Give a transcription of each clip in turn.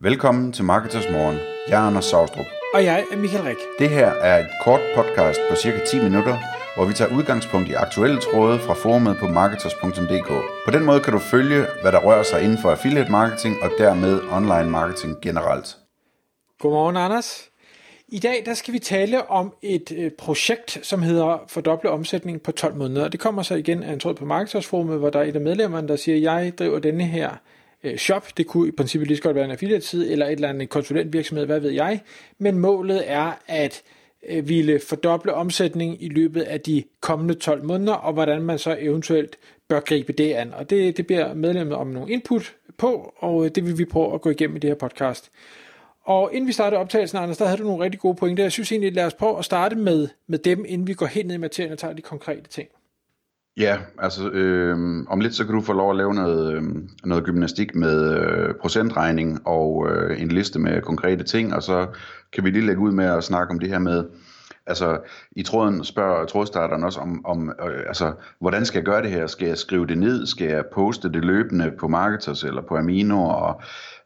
Velkommen til Marketers Morgen. Jeg er Anders Saustrup. Og jeg er Michael Rik. Det her er et kort podcast på cirka 10 minutter, hvor vi tager udgangspunkt i aktuelle tråde fra forumet på marketers.dk. På den måde kan du følge, hvad der rører sig inden for affiliate marketing og dermed online marketing generelt. Godmorgen, Anders. I dag der skal vi tale om et projekt, som hedder Fordoble omsætning på 12 måneder. Det kommer så igen af en tråd på Marketers-forumet, hvor der er et af medlemmerne, der siger, jeg driver denne her shop. Det kunne i princippet lige så godt være en affiliate-side eller et eller andet konsulentvirksomhed, hvad ved jeg. Men målet er at ville fordoble omsætning i løbet af de kommende 12 måneder, og hvordan man så eventuelt bør gribe det an. Og det beder medlemmet om nogle input på, og det vil vi prøve at gå igennem i det her podcast. Og inden vi startede optagelsen, Anders, der havde du nogle rigtig gode pointer. Jeg synes egentlig, lad os prøve at starte med dem, inden vi går helt ned i materien og tager de konkrete ting. Ja, altså om lidt så kan du få lov at lave noget gymnastik med procentregning og en liste med konkrete ting, og så kan vi lige lægge ud med at snakke om det her med, altså i tråden spørger trådstarteren også om altså hvordan skal jeg gøre det her? Skal jeg skrive det ned? Skal jeg poste det løbende på Marketers eller på Amino? Og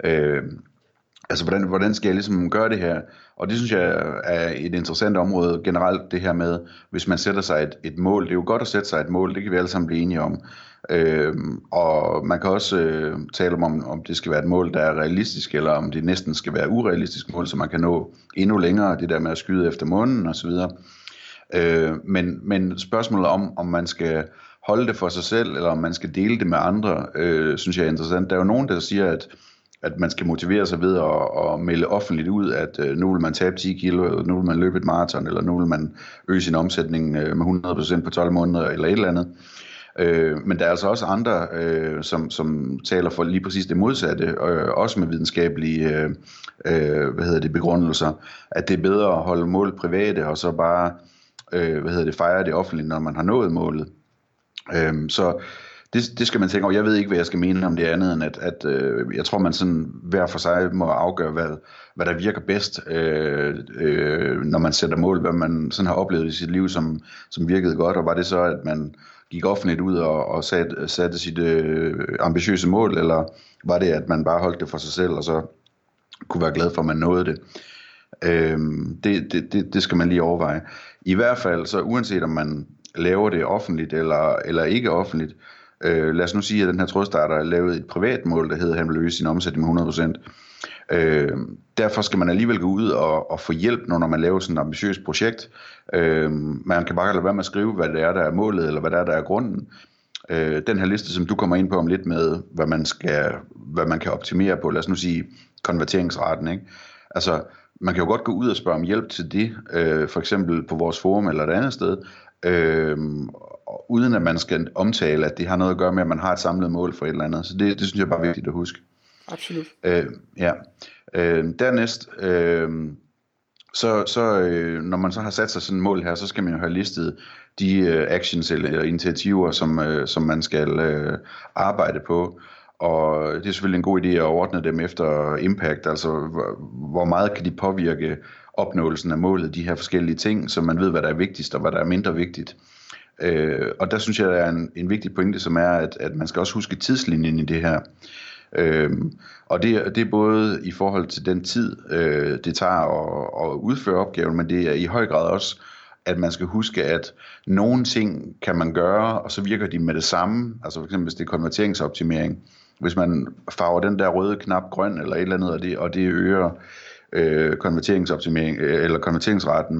altså hvordan skal jeg ligesom gøre det her? Og det synes jeg er et interessant område generelt, det her med, hvis man sætter sig et mål. Det er jo godt at sætte sig et mål, det kan vi alle sammen blive enige om. Og man kan også tale om det skal være et mål, der er realistisk, eller om det næsten skal være urealistisk mål, så man kan nå endnu længere, det der med at skyde efter månen osv. Men spørgsmålet om man skal holde det for sig selv, eller om man skal dele det med andre, synes jeg er interessant. Der er jo nogen, der siger, at man skal motivere sig ved at melde offentligt ud, at nu vil man tabe 10 kilo, eller nu vil man løbe et maraton, eller nu vil man øge sin omsætning med 100% på 12 måneder, eller et eller andet. Men der er altså også andre, som taler for lige præcis det modsatte, også med videnskabelige begrundelser, at det er bedre at holde mål private, og så bare fejre det offentligt, når man har nået målet. Så det skal man tænke over. Jeg ved ikke, hvad jeg skal mene om det andet, end at jeg tror, man sådan hver for sig må afgøre, hvad der virker bedst, når man sætter mål, hvad man sådan har oplevet i sit liv, som virkede godt, og var det så, at man gik offentligt ud og satte sit ambitiøse mål, eller var det, at man bare holdt det for sig selv, og så kunne være glad for, at man nåede det. Det skal man lige overveje. I hvert fald, så uanset om man laver det offentligt eller ikke offentligt, lad os nu sige, at den her trådstarter lavede et privat mål, der hedder, at han vil øge sin omsætning med 100%. Derfor skal man alligevel gå ud og få hjælp, når man laver sådan et ambitiøst projekt. Man kan bare lade være med at skrive, hvad det er, der er målet, eller hvad der er grunden. Den her liste, som du kommer ind på om lidt med, hvad man kan optimere på, lad os nu sige konverteringsraten, ikke? Altså, man kan jo godt gå ud og spørge om hjælp til det, for eksempel på vores forum eller et andet sted, uden at man skal omtale, at det har noget at gøre med, at man har et samlet mål for et eller andet. Så det synes jeg bare er vigtigt at huske. Absolut. Dernæst, når man så har sat sig sådan et mål her, så skal man jo have listet de actions eller initiativer, som man skal arbejde på. Og det er selvfølgelig en god idé at ordne dem efter impact, altså hvor meget kan de påvirke opnåelsen af målet, de her forskellige ting, så man ved, hvad der er vigtigst og hvad der er mindre vigtigt. Og der synes jeg, der er en vigtig pointe, som er, at man skal også huske tidslinjen i det her. Og det er både i forhold til den tid, det tager at udføre opgaven, men det er i høj grad også, at man skal huske, at nogle ting kan man gøre, og så virker de med det samme. Altså for eksempel, hvis det er konverteringsoptimering. Hvis man farver den der røde knap grøn eller et eller andet, og det øger konverteringsoptimering eller konverteringsraten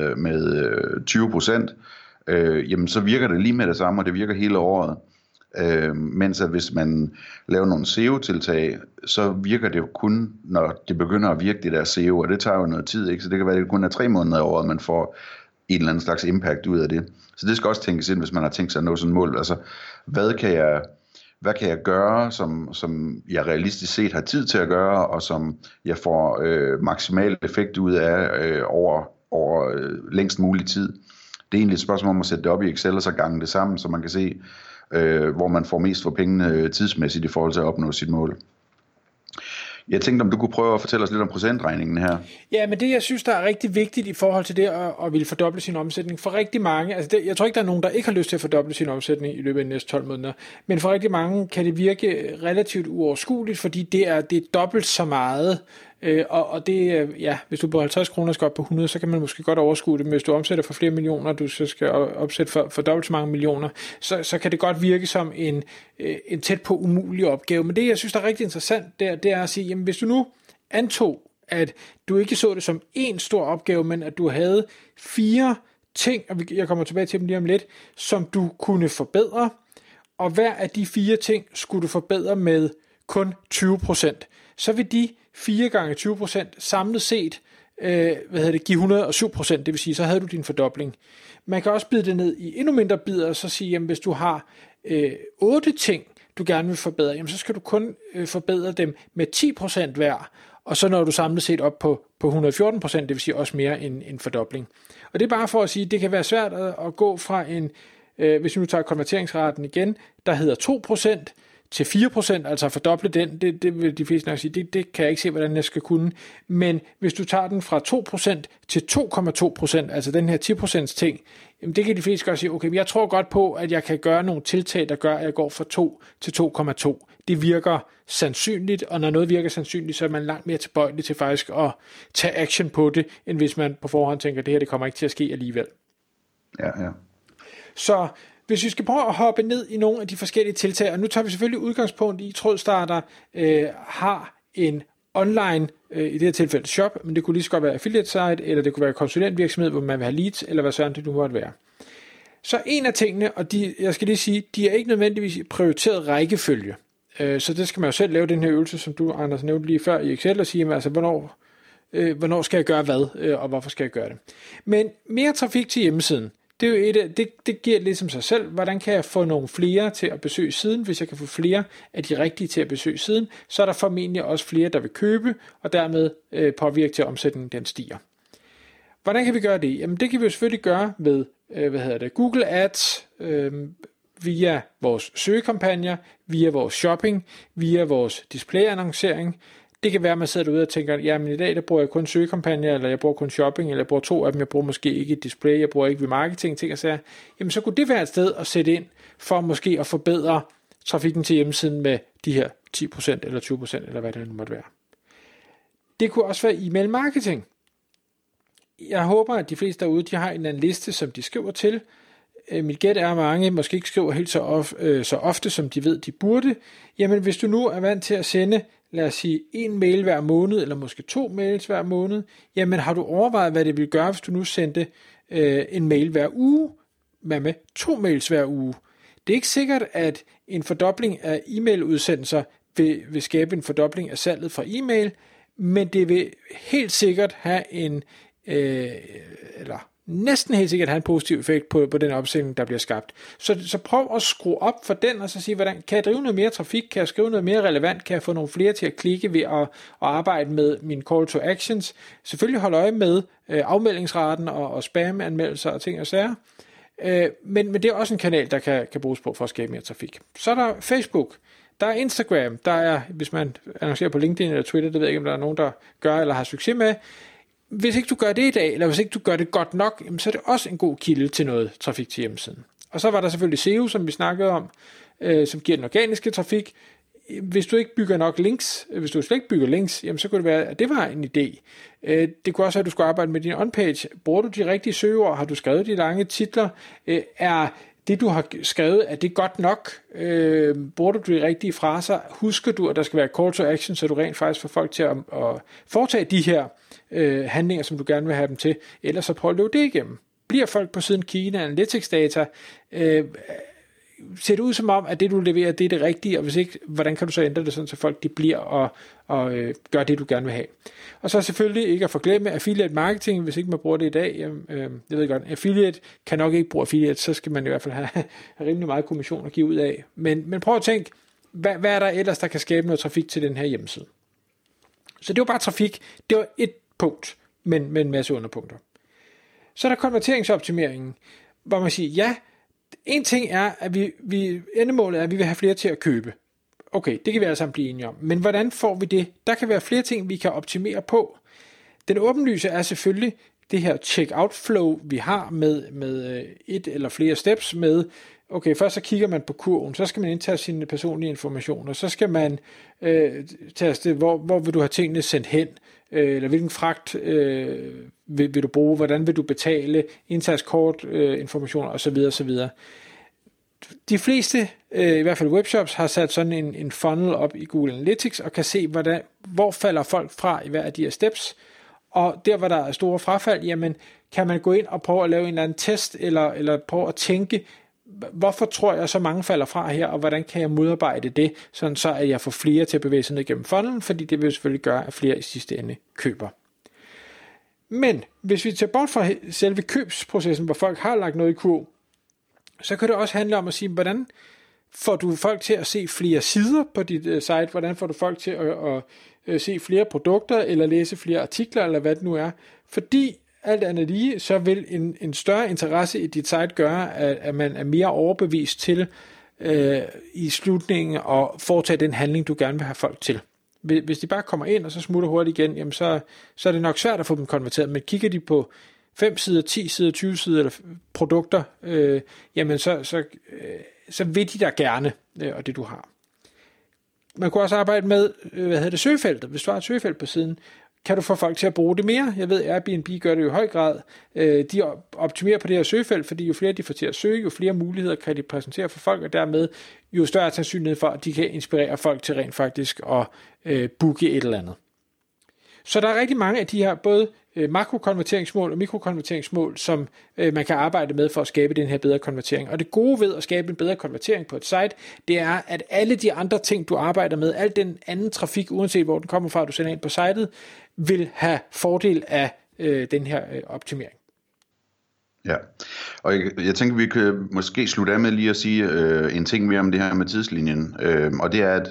med 20%, jamen så virker det lige med det samme, og det virker hele året. Mens at hvis man laver nogle SEO-tiltag, så virker det jo kun, når det begynder at virke det der SEO, og det tager jo noget tid, ikke? Så det kan være, at det kun er 3 måneder af året, man får en eller anden slags impact ud af det. Så det skal også tænkes ind, hvis man har tænkt sig at nå sådan et mål. Altså, hvad kan jeg gøre, som jeg realistisk set har tid til at gøre, og som jeg får maksimal effekt ud af over længst mulig tid. Det er egentlig et spørgsmål om at sætte det op i Excel, og så gange det sammen, så man kan se, hvor man får mest for pengene tidsmæssigt i forhold til at opnå sit mål. Jeg tænkte, om du kunne prøve at fortælle os lidt om procentregningen her. Ja, men det, jeg synes, der er rigtig vigtigt i forhold til det at ville fordoble sin omsætning, for rigtig mange, altså jeg tror ikke, der er nogen, der ikke har lyst til at fordoble sin omsætning i løbet af de næste 12 måneder, men for rigtig mange kan det virke relativt uoverskueligt, fordi det er dobbelt så meget, og det, ja, hvis du på 50 kroner skal op på 100, så kan man måske godt overskue det, men hvis du omsætter for flere millioner, du så skal opsætte for dobbelt så mange millioner, så kan det godt virke som en tæt på umulig opgave. Men det, jeg synes, der er rigtig interessant, det er at sige, jamen hvis du nu antog, at du ikke så det som en stor opgave, men at du havde 4 ting, og jeg kommer tilbage til dem lige om lidt, som du kunne forbedre, og hver af de 4 ting skulle du forbedre med kun 20%. Så vil de 4 gange 20% samlet set give 107%, det vil sige, så havde du din fordobling. Man kan også bide det ned i endnu mindre bidder, og så sige, jamen hvis du har 8 ting, du gerne vil forbedre, jamen så skal du kun forbedre dem med 10% hver, og så når du samlet set op på 114%, det vil sige også mere end en fordobling. Og det er bare for at sige, at det kan være svært at gå fra en, hvis vi nu tager konverteringsraten igen, der hedder 2%, til 4%, altså fordoble den, det vil de fleste nok sige, det kan jeg ikke se, hvordan jeg skal kunne. Men hvis du tager den fra 2% til 2,2%, altså den her 10% ting, jamen det kan de fleste godt sige, okay, men jeg tror godt på, at jeg kan gøre nogle tiltag, der gør, at jeg går fra 2 til 2,2. Det virker sandsynligt, og når noget virker sandsynligt, så er man langt mere tilbøjelig til faktisk at tage action på det, end hvis man på forhånd tænker, at det her det kommer ikke til at ske alligevel. Ja. Så hvis vi skal prøve at hoppe ned i nogle af de forskellige tiltag, og nu tager vi selvfølgelig udgangspunkt i, Trådstarter har en online, i det her tilfælde shop, men det kunne lige så godt være affiliate site, eller det kunne være konsulentvirksomhed, hvor man vil have leads, eller hvad sådan det nu måtte være. Så en af tingene, og jeg skal lige sige, de er ikke nødvendigvis prioriteret rækkefølge, så det skal man jo selv lave den her øvelse, som du, Anders, nævnte lige før i Excel, og sige, altså hvornår skal jeg gøre hvad, og hvorfor skal jeg gøre det. Men mere trafik til hjemmesiden, det er jo det giver ligesom sig selv, hvordan kan jeg få nogle flere til at besøge siden. Hvis jeg kan få flere af de rigtige til at besøge siden, så er der formentlig også flere, der vil købe, og dermed påvirke til, at omsætningen den stiger. Hvordan kan vi gøre det? Jamen det kan vi jo selvfølgelig gøre ved Google Ads, via vores søgekampagner, via vores shopping, via vores displayannoncering. Det kan være, at man sidder derude og tænker, jamen i dag der bruger jeg kun søgekampagner, eller jeg bruger kun shopping, eller jeg bruger 2 af dem, jeg bruger måske ikke et display, jeg bruger ikke remarketing, ting og sager. Jamen så kunne det være et sted at sætte ind, for måske at forbedre trafikken til hjemmesiden med de her 10% eller 20%, eller hvad det nu måtte være. Det kunne også være e-mail marketing. Jeg håber, at de fleste derude, de har en eller anden liste, som de skriver til. Mit gæt er, at mange måske ikke skriver helt så ofte, som de ved, de burde. Jamen hvis du nu er vant til at sende, lad os sige, 1 mail hver måned, eller måske 2 mails hver måned, jamen har du overvejet, hvad det ville gøre, hvis du nu sendte en mail hver uge? Hvad med 2 mails hver uge? Det er ikke sikkert, at en fordobling af e-mailudsendelser vil skabe en fordobling af salget fra e-mail, men det vil helt sikkert have næsten helt sikkert have en positiv effekt på den opsætning, der bliver skabt. Så prøv at skrue op for den, og så sige, hvordan kan jeg drive noget mere trafik, kan jeg skrive noget mere relevant, kan jeg få nogle flere til at klikke ved at arbejde med mine call to actions. Selvfølgelig holde øje med afmeldingsraten og spamanmeldelser og ting og sager. Men det er også en kanal, der kan bruges på for at skabe mere trafik. Så er der Facebook, der er Instagram, der er, hvis man annoncerer på LinkedIn eller Twitter, det ved jeg ikke, om der er nogen, der gør eller har succes med. Hvis ikke du gør det i dag, eller hvis ikke du gør det godt nok, så er det også en god kilde til noget trafik til hjemmesiden. Og så var der selvfølgelig SEO, som vi snakkede om, som giver den organiske trafik. Hvis du ikke bygger nok links, hvis du slet ikke bygger links, jamen så kunne det være, at det var en idé. Det kunne også være, at du skulle arbejde med din on-page. Bruger du de rigtige søgeord? Har du skrevet de lange titler? Er det, du har skrevet, er det godt nok? Bruger du de rigtige fraser? Husker du, at der skal være call to action, så du rent faktisk får folk til at foretage de her handlinger, som du gerne vil have dem til? Ellers så prøv at løbe det igennem. Bliver folk på siden Kina Analytics data? Ser det ud som om, at det du leverer, det er det rigtige, og hvis ikke, hvordan kan du så ændre det, sådan, så folk de bliver og gør det, du gerne vil have. Og så selvfølgelig ikke at forglemme affiliate marketing, hvis ikke man bruger det i dag. Jeg ved godt, affiliate kan nok ikke bruge affiliate, så skal man i hvert fald have rimelig meget kommission at give ud af. Men prøv at tænke, hvad er der ellers, der kan skabe noget trafik til den her hjemmeside? Så det var bare trafik. Det var et punkt, men med en masse underpunkter. Så er der konverteringsoptimeringen, hvor man siger, ja, en ting er, at endemålet er, at vi vil have flere til at købe. Okay, det kan vi alle sammen blive enige om. Men hvordan får vi det? Der kan være flere ting, vi kan optimere på. Den åbenlyse er selvfølgelig det her check-out flow, vi har med et eller flere steps med, okay, først så kigger man på kurven, så skal man indtage sine personlige informationer, så skal man taste, hvor vil du have tingene sendt hen, eller hvilken fragt vil du bruge, hvordan vil du betale, indtagskort informationer osv. osv. De fleste, i hvert fald webshops, har sat sådan en funnel op i Google Analytics, og kan se, hvor falder folk fra i hver af de her steps, og der, hvor der er store frafald, jamen, kan man gå ind og prøve at lave en eller anden test, eller prøve at tænke, hvorfor tror jeg så mange falder fra her, og hvordan kan jeg modarbejde det, sådan så at jeg får flere til at bevæge sig ned gennem funnelen, fordi det vil selvfølgelig gøre, at flere i sidste ende køber. Men hvis vi tager bort fra selve købsprocessen, hvor folk har lagt noget i kurv, så kan det også handle om at sige, hvordan får du folk til at se flere sider på dit site, hvordan får du folk til at se flere produkter, eller læse flere artikler, eller hvad det nu er, fordi alt andet lige, så vil en større interesse i dit site gøre, at man er mere overbevist til i slutningen at foretage den handling, du gerne vil have folk til. Hvis de bare kommer ind, og så smutter hurtigt igen, jamen så er det nok svært at få dem konverteret, men kigger de på 5 sider, 10 sider, 20 sider eller produkter, jamen så vil de der gerne, og det du har. Man kunne også arbejde med, søgefeltet. Hvis du har et søgefelt på siden, kan du få folk til at bruge det mere. Jeg ved, Airbnb gør det jo i høj grad. De optimerer på det her søgefelt, fordi jo flere de får til at søge, jo flere muligheder kan de præsentere for folk, og dermed jo større sandsynlighed for, at de kan inspirere folk til rent faktisk at booke et eller andet. Så der er rigtig mange af de her både makrokonverteringsmål og mikrokonverteringsmål, som man kan arbejde med for at skabe den her bedre konvertering. Og det gode ved at skabe en bedre konvertering på et site, det er, at alle de andre ting, du arbejder med, al den anden trafik, uanset hvor den kommer fra, du sender ind på sitet, vil have fordel af den her optimering. Ja, og jeg tænker, vi kan måske slutte af med lige at sige en ting mere om det her med tidslinjen. Og det er, at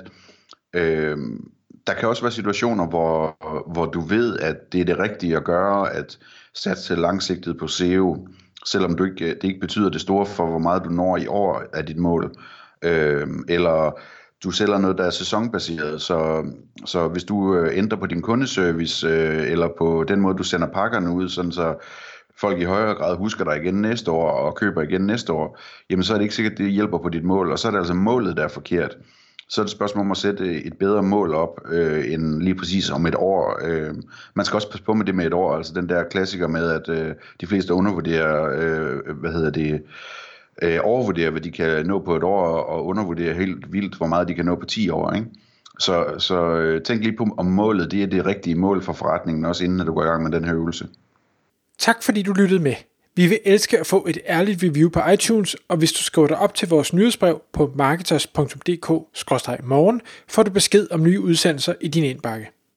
der kan også være situationer, hvor du ved, at det er det rigtige at gøre, at satse langsigtet på SEO, selvom det ikke betyder det store for, hvor meget du når i år af dit mål. Eller du sælger noget, der er sæsonbaseret, så hvis du ændrer på din kundeservice, eller på den måde, du sender pakkerne ud, sådan så folk i højere grad husker dig igen næste år, og køber igen næste år, jamen så er det ikke sikkert, at det hjælper på dit mål, og så er det altså målet, der er forkert. Så er det et spørgsmål om at sætte et bedre mål op, end lige præcis om et år. Man skal også passe på med det med et år, altså den der klassiker med, at de fleste undervurderer, overvurderer, hvad de kan nå på et år, og undervurderer helt vildt, hvor meget de kan nå på 10 år, ikke? Så tænk lige på, om målet det er det rigtige mål for forretningen, også inden at du går i gang med den her øvelse. Tak fordi du lyttede med. Vi vil elske at få et ærligt review på iTunes, og hvis du skriver dig op til vores nyhedsbrev på marketers.dk/morgen, får du besked om nye udsendelser i din indbakke.